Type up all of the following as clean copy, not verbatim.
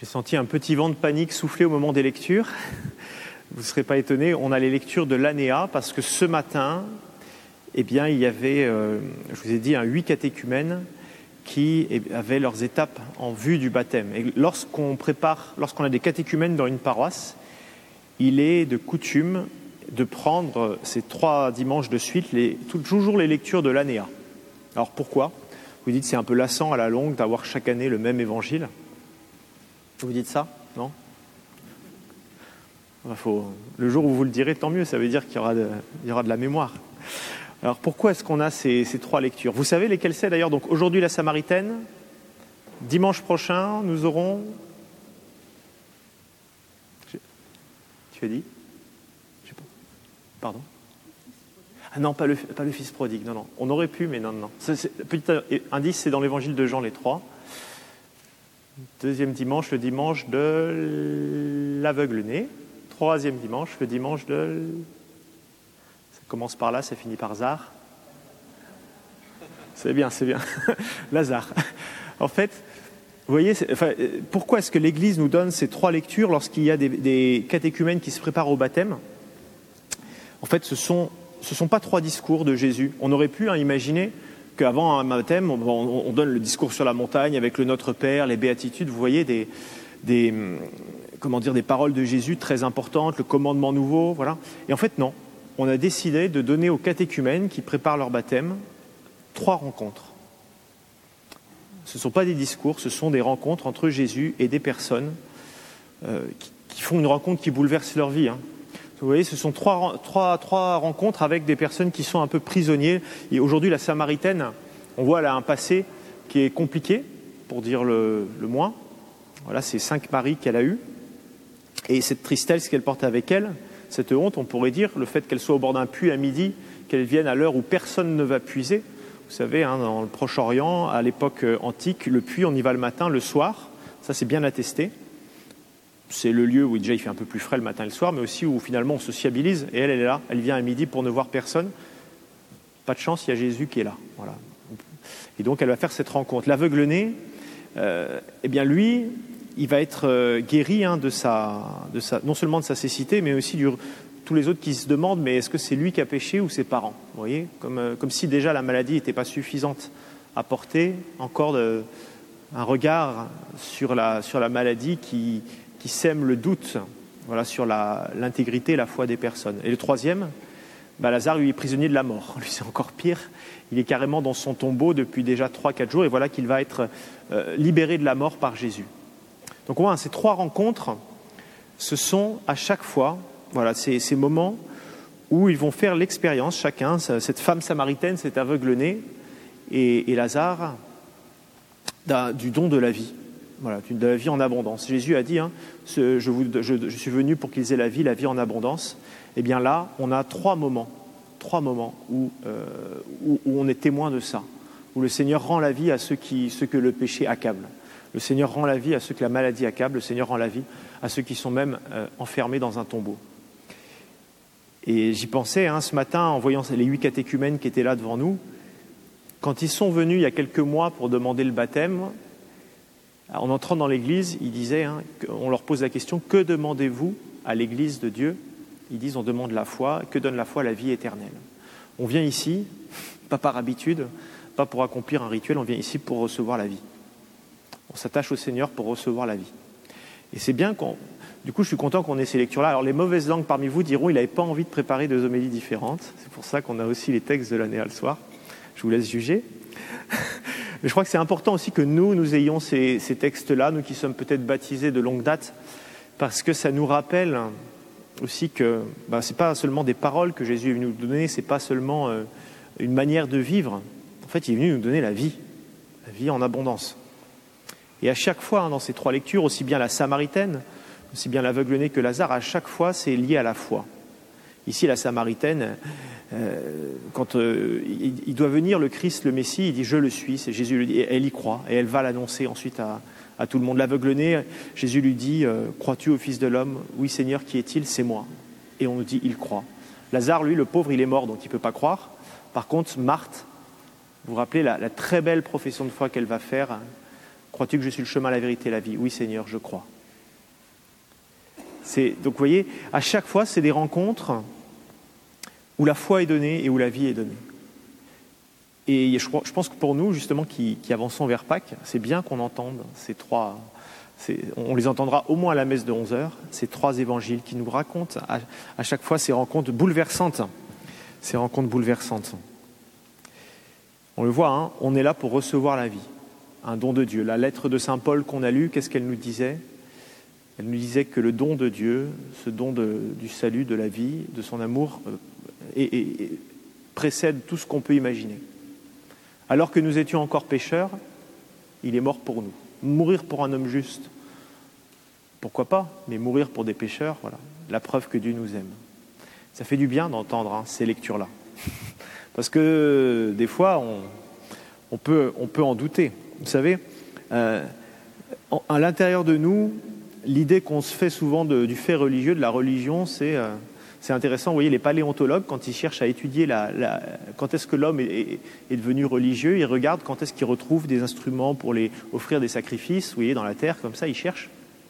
J'ai senti un petit vent de panique souffler au moment des lectures. Vous ne serez pas étonnés, on a les lectures de l'ANEA parce que ce matin, il y avait, je vous ai dit, 8 catéchumènes qui avaient leurs étapes en vue du baptême. Et lorsqu'on a des catéchumènes dans une paroisse, il est de coutume de prendre ces 3 dimanches de suite, toujours les lectures de l'ANEA. Alors pourquoi ? Vous dites c'est un peu lassant à la longue d'avoir chaque année le même évangile. Vous dites ça ? Non ? Le jour où vous le direz, tant mieux, ça veut dire qu'il y aura de la mémoire. Alors pourquoi est-ce qu'on a ces 3 lectures ? Vous savez lesquelles c'est d'ailleurs ? Donc aujourd'hui la Samaritaine, dimanche prochain nous aurons... Tu as dit ? Je sais pas. Pardon ? Ah non, pas le fils prodigue, non. On aurait pu, mais non. Petit indice, c'est dans l'évangile de Jean, les 3. Deuxième dimanche, le dimanche de l'aveugle-né. Troisième dimanche, le dimanche de... Ça commence par là, ça finit par Zar. C'est bien. Lazare. En fait, vous voyez, pourquoi est-ce que l'Église nous donne ces 3 lectures lorsqu'il y a des catéchumènes qui se préparent au baptême ? En fait, ce sont pas 3 discours de Jésus. On aurait pu imaginer qu'avant un baptême, on donne le discours sur la montagne avec le Notre Père, les béatitudes, vous voyez, des paroles de Jésus très importantes, le commandement nouveau, voilà. Et en fait, non. On a décidé de donner aux catéchumènes qui préparent leur baptême 3 rencontres. Ce ne sont pas des discours, ce sont des rencontres entre Jésus et des personnes qui font une rencontre qui bouleverse leur vie. Vous voyez, ce sont 3 rencontres avec des personnes qui sont un peu prisonniers. Et aujourd'hui, la Samaritaine, on voit, elle a un passé qui est compliqué, pour dire le moins. Voilà, c'est 5 maris qu'elle a eus. Et cette tristesse qu'elle porte avec elle, cette honte, on pourrait dire, le fait qu'elle soit au bord d'un puits à midi, qu'elle vienne à l'heure où personne ne va puiser. Vous savez, dans le Proche-Orient, à l'époque antique, le puits, on y va le matin, le soir. Ça, c'est bien attesté. C'est le lieu où déjà il fait un peu plus frais le matin et le soir, mais aussi où finalement on se sociabilise. Et elle est là, elle vient à midi pour ne voir personne. Pas de chance, il y a Jésus qui est là. Voilà. Et donc elle va faire cette rencontre. L'aveugle-né, lui, il va être guéri non seulement de sa cécité, mais aussi tous les autres qui se demandent, mais est-ce que c'est lui qui a péché ou ses parents ? Vous voyez, comme si déjà la maladie n'était pas suffisante à porter encore un regard sur la maladie qui sème le doute, voilà, sur l'intégrité et la foi des personnes. Et le troisième, Lazare, lui, est prisonnier de la mort. Lui, c'est encore pire. Il est carrément dans son tombeau depuis déjà 3-4 jours, et voilà qu'il va être libéré de la mort par Jésus. Donc on voit, ces 3 rencontres, ce sont à chaque fois, voilà, ces moments où ils vont faire l'expérience, chacun, cette femme samaritaine, cet aveugle-né, et Lazare, du don de la vie. Voilà, de la vie en abondance. Jésus a dit, je suis venu pour qu'ils aient la vie en abondance. Eh bien là, on a 3 moments où on est témoin de ça, où le Seigneur rend la vie à ceux que le péché accable. Le Seigneur rend la vie à ceux que la maladie accable. Le Seigneur rend la vie à ceux qui sont même enfermés dans un tombeau. Et j'y pensais ce matin en voyant les 8 catéchumènes qui étaient là devant nous. Quand ils sont venus il y a quelques mois pour demander le baptême, en entrant dans l'église, ils disaient, on leur pose la question, que demandez-vous à l'église de Dieu ? Ils disent, on demande la foi. Que donne la foi ? La vie éternelle. On vient ici, pas par habitude, pas pour accomplir un rituel, on vient ici pour recevoir la vie. On s'attache au Seigneur pour recevoir la vie. Et c'est bien du coup, je suis content qu'on ait ces lectures-là. Alors, les mauvaises langues parmi vous diront, il n'avait pas envie de préparer 2 homélies différentes. C'est pour ça qu'on a aussi les textes de l'ANEA le soir. Je vous laisse juger. Mais je crois que c'est important aussi que nous ayons ces textes-là, nous qui sommes peut-être baptisés de longue date, parce que ça nous rappelle aussi que ce n'est pas seulement des paroles que Jésus est venu nous donner, ce n'est pas seulement une manière de vivre. En fait, il est venu nous donner la vie en abondance. Et à chaque fois, dans ces 3 lectures, aussi bien la Samaritaine, aussi bien l'aveugle-né que Lazare, à chaque fois, c'est lié à la foi. Ici, la Samaritaine, quand il doit venir le Christ, le Messie, il dit « je le suis », c'est Jésus lui dit, et elle y croit, et elle va l'annoncer ensuite à tout le monde. L'aveugle-né, Jésus lui dit « crois-tu au Fils de l'homme ? Oui Seigneur, qui est-il ? C'est moi ». Et on nous dit « il croit ». Lazare, lui, le pauvre, il est mort, donc il ne peut pas croire. Par contre, Marthe, vous vous rappelez la très belle profession de foi qu'elle va faire Crois-tu que je suis le chemin, la vérité et la vie ? Oui, Seigneur, je crois. Donc, vous voyez, à chaque fois, c'est des rencontres où la foi est donnée et où la vie est donnée. Et je pense que pour nous, justement, qui avançons vers Pâques, c'est bien qu'on entende ces trois... on les entendra au moins à la messe de 11h, ces trois évangiles qui nous racontent à chaque fois ces rencontres bouleversantes. Ces rencontres bouleversantes. On le voit, hein, on est là pour recevoir la vie, un don de Dieu. La lettre de saint Paul qu'on a lue, qu'est-ce qu'elle nous disait ? Elle nous disait que le don de Dieu, ce don du salut, de la vie, de son amour, précède tout ce qu'on peut imaginer. Alors que nous étions encore pécheurs, il est mort pour nous. Mourir pour un homme juste, pourquoi pas, mais mourir pour des pécheurs, voilà, la preuve que Dieu nous aime. Ça fait du bien d'entendre ces lectures-là. Parce que des fois, on peut en douter. Vous savez, à l'intérieur de nous, l'idée qu'on se fait souvent du fait religieux, de la religion, c'est intéressant. Vous voyez, les paléontologues, quand ils cherchent à étudier quand est-ce que l'homme est devenu religieux, ils regardent quand est-ce qu'il retrouve des instruments pour les offrir des sacrifices, vous voyez, dans la terre, comme ça, ils cherchent.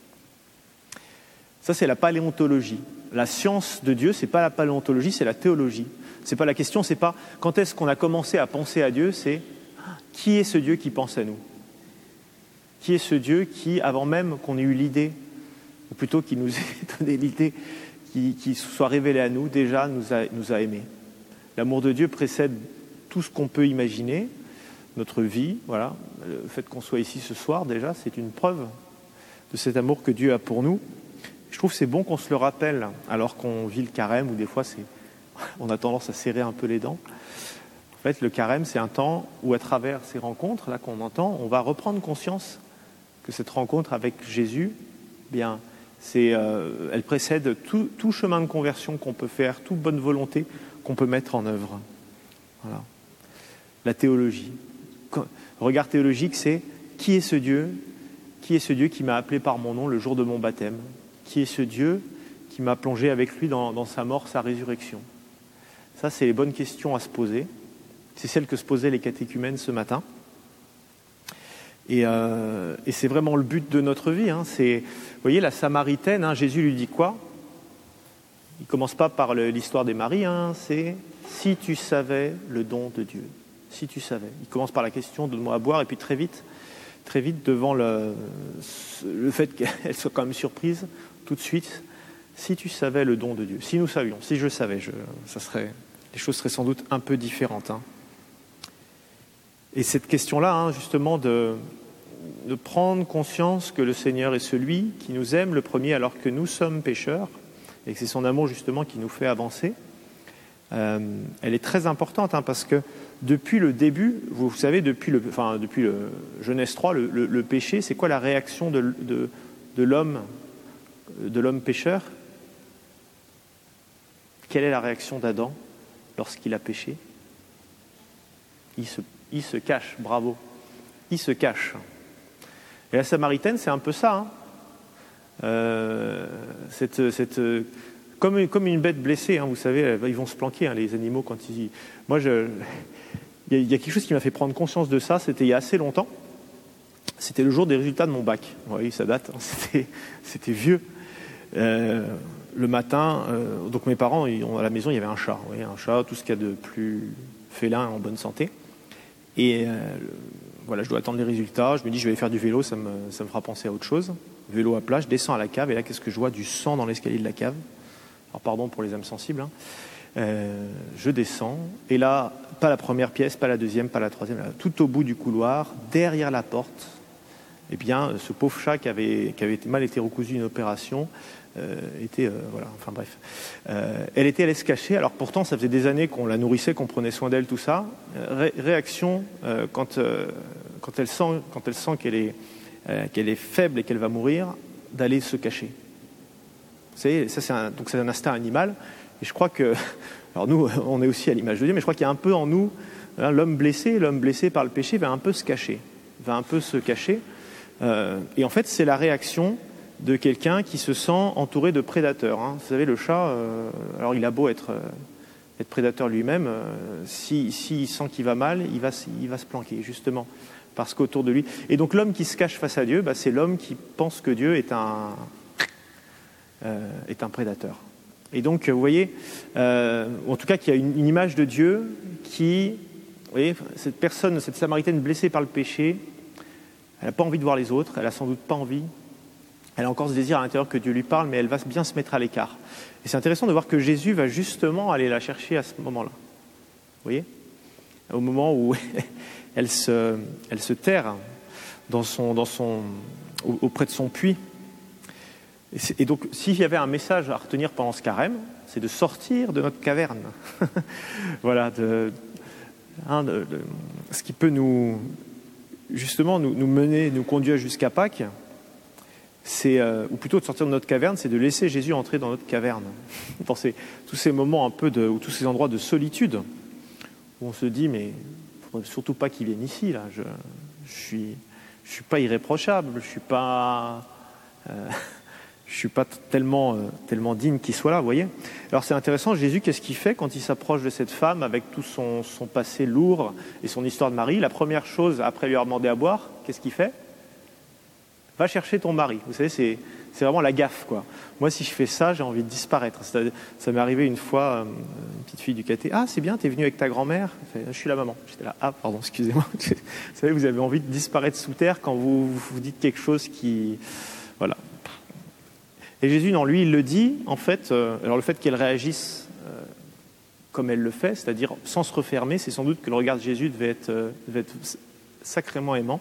Ça, c'est la paléontologie. La science de Dieu, c'est pas la paléontologie, c'est la théologie. C'est pas la question, c'est pas quand est-ce qu'on a commencé à penser à Dieu, c'est qui est ce Dieu qui pense à nous ? Qui est ce Dieu qui, avant même qu'on ait eu l'idée, ou plutôt qui nous ait donné l'idée, qui soit révélé à nous, déjà nous a aimés. L'amour de Dieu précède tout ce qu'on peut imaginer, notre vie, voilà. Le fait qu'on soit ici ce soir, déjà, c'est une preuve de cet amour que Dieu a pour nous. Je trouve que c'est bon qu'on se le rappelle, alors qu'on vit le carême, où des fois, on a tendance à serrer un peu les dents. En fait, le carême, c'est un temps où, à travers ces rencontres là qu'on entend, on va reprendre conscience que cette rencontre avec Jésus, bien, elle précède tout chemin de conversion qu'on peut faire, toute bonne volonté qu'on peut mettre en œuvre. Voilà. La théologie. Regard théologique, c'est qui est ce Dieu ? Qui est ce Dieu qui m'a appelé par mon nom le jour de mon baptême ? Qui est ce Dieu qui m'a plongé avec lui dans sa mort, sa résurrection ? Ça, c'est les bonnes questions à se poser. C'est celles que se posaient les catéchumènes ce matin. Et c'est vraiment le but de notre vie. Hein. Vous voyez, la Samaritaine, hein, Jésus lui dit quoi ? Il ne commence pas par l'histoire des maris, hein, c'est « si tu savais le don de Dieu ». Si tu savais. Il commence par la question « donne-moi à boire » et puis très vite devant le fait qu'elle soit quand même surprise, tout de suite, « si tu savais le don de Dieu ». Si nous savions, si je savais, les choses seraient sans doute un peu différentes. Hein. Et cette question-là, hein, justement, de prendre conscience que le Seigneur est celui qui nous aime le premier alors que nous sommes pécheurs, et que c'est son amour justement qui nous fait avancer, elle est très importante, hein, parce que depuis le début, vous savez, depuis le Genèse 3, le péché, c'est quoi la réaction de l'homme pécheur ? Quelle est la réaction d'Adam lorsqu'il a péché ? Il se cache, bravo. Il se cache. Et la Samaritaine, c'est un peu ça. Hein. Comme une bête blessée, hein, vous savez, ils vont se planquer, hein, les animaux, quand ils... Moi, il y a quelque chose qui m'a fait prendre conscience de ça, c'était il y a assez longtemps. C'était le jour des résultats de mon bac. Oui, ça date, hein, c'était vieux. Le matin, donc mes parents, à la maison, il y avait un chat. Oui, un chat, tout ce qu'il y a de plus félin en bonne santé. Et voilà, je dois attendre les résultats. Je me dis, je vais aller faire du vélo, ça me fera penser à autre chose. Vélo à plat, je descends à la cave, et là, qu'est-ce que je vois ? Du sang dans l'escalier de la cave. Alors, pardon pour les âmes sensibles. Hein. Je descends, et là, pas la première pièce, pas la deuxième, pas la troisième, là, tout au bout du couloir, derrière la porte, eh bien, ce pauvre chat qui avait mal été recousu d'une opération, voilà, enfin bref. Elle était allée se cacher, alors pourtant ça faisait des années qu'on la nourrissait, qu'on prenait soin d'elle, tout ça. Réaction quand elle sent qu'elle est faible et qu'elle va mourir, d'aller se cacher. Vous savez, ça c'est un instinct animal, et je crois que, alors nous on est aussi à l'image de Dieu, mais je crois qu'il y a un peu en nous, hein, l'homme blessé par le péché va un peu se cacher, et en fait c'est la réaction de quelqu'un qui se sent entouré de prédateurs. Hein. Vous savez, le chat, alors il a beau être prédateur lui-même, s'il sent qu'il va mal, il va se planquer, justement. parce qu'autour de lui. Et donc l'homme qui se cache face à Dieu, c'est l'homme qui pense que Dieu est un prédateur. Et donc, vous voyez, en tout cas, qu'il y a une image de Dieu qui, vous voyez, cette personne, cette Samaritaine blessée par le péché, elle n'a pas envie de voir les autres, elle n'a sans doute pas envie. Elle a encore ce désir à l'intérieur que Dieu lui parle, mais elle va bien se mettre à l'écart. Et c'est intéressant de voir que Jésus va justement aller la chercher à ce moment-là. Vous voyez ? Au moment où elle se terre auprès de son puits. Et donc, s'il y avait un message à retenir pendant ce carême, c'est de sortir de notre caverne. Voilà, ce qui peut nous mener, nous conduire jusqu'à Pâques, ou plutôt de sortir de notre caverne, c'est de laisser Jésus entrer dans notre caverne. Vous pensez, tous ces moments ou tous ces endroits de solitude, où on se dit, mais il ne faudrait surtout pas qu'il vienne ici, là. Je suis pas irréprochable, je suis pas tellement digne qu'il soit là, vous voyez. Alors c'est intéressant, Jésus, qu'est-ce qu'il fait quand il s'approche de cette femme avec tout son passé lourd et son histoire de mari? La première chose, après lui avoir demandé à boire, qu'est-ce qu'il fait? Va chercher ton mari. Vous savez, c'est vraiment la gaffe, quoi. Moi, si je fais ça, j'ai envie de disparaître. Ça m'est arrivé une fois, une petite fille du caté. Ah, c'est bien, t'es venue avec ta grand-mère? Je suis la maman. J'étais là, ah, pardon, excusez-moi. Vous savez, vous avez envie de disparaître sous terre quand vous dites quelque chose qui... Voilà. Et Jésus, non, lui, il le dit, en fait, alors le fait qu'elle réagisse comme elle le fait, c'est-à-dire sans se refermer, c'est sans doute que le regard de Jésus devait être sacrément aimant.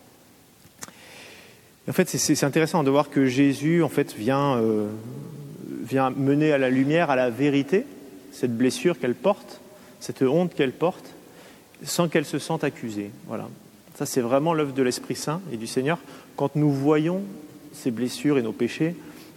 En fait, c'est intéressant de voir que Jésus, en fait, vient mener à la lumière, à la vérité, cette blessure qu'elle porte, cette honte qu'elle porte, sans qu'elle se sente accusée. Voilà. Ça, c'est vraiment l'œuvre de l'Esprit Saint et du Seigneur. Quand nous voyons ces blessures et nos péchés,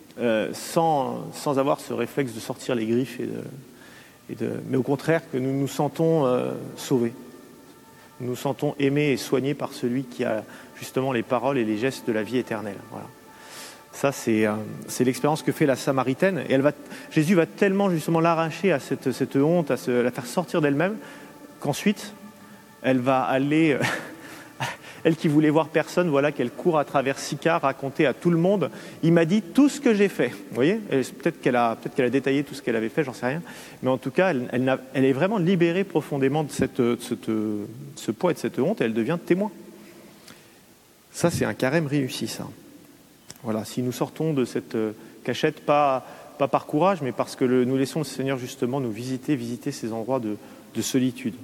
sans avoir ce réflexe de sortir les griffes, mais au contraire, que nous nous sentons sauvés. Nous nous sentons aimés et soignés par celui qui a justement les paroles et les gestes de la vie éternelle. Voilà. Ça, c'est l'expérience que fait la Samaritaine. Et Jésus va tellement justement l'arracher à cette honte, la faire sortir d'elle-même, qu'ensuite, elle va aller... Elle qui voulait voir personne, voilà qu'elle court à travers Sychar, raconter à tout le monde. Il m'a dit tout ce que j'ai fait. Vous voyez, peut-être qu'elle a détaillé tout ce qu'elle avait fait, j'en sais rien. Mais en tout cas, elle est vraiment libérée profondément de ce poids et de cette honte, et elle devient témoin. Ça, c'est un carême réussi, ça. Voilà, si nous sortons de cette cachette, pas par courage, mais parce que nous laissons le Seigneur justement nous visiter ces endroits de solitude,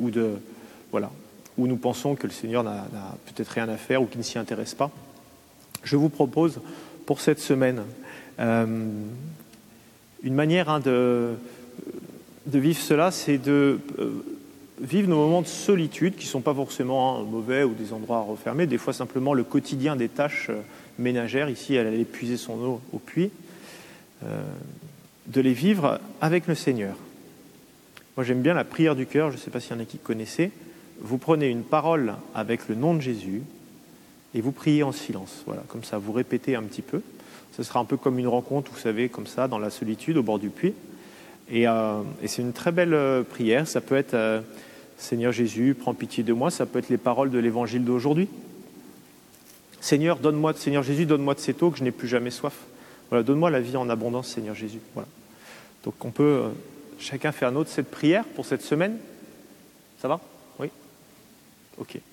où nous pensons que le Seigneur n'a peut-être rien à faire ou qu'il ne s'y intéresse pas. Je vous propose pour cette semaine une manière de vivre cela, c'est de vivre nos moments de solitude qui ne sont pas forcément mauvais ou des endroits refermés, des fois simplement le quotidien des tâches ménagères. Ici, elle allait puiser son eau au puits. De les vivre avec le Seigneur. Moi, j'aime bien la prière du cœur, je ne sais pas s'il y en a qui connaissaient. Vous prenez une parole avec le nom de Jésus et vous priez en silence. Voilà, comme ça, vous répétez un petit peu. Ce sera un peu comme une rencontre, vous savez, comme ça, dans la solitude, au bord du puits. Et c'est une très belle prière. Ça peut être Seigneur Jésus, prends pitié de moi. Ça peut être les paroles de l'évangile d'aujourd'hui. Seigneur Jésus, donne-moi de cette eau que je n'ai plus jamais soif. Voilà, donne-moi la vie en abondance, Seigneur Jésus. Voilà. Donc on peut chacun faire un autre cette prière pour cette semaine. Ça va ? Oui ? Ok.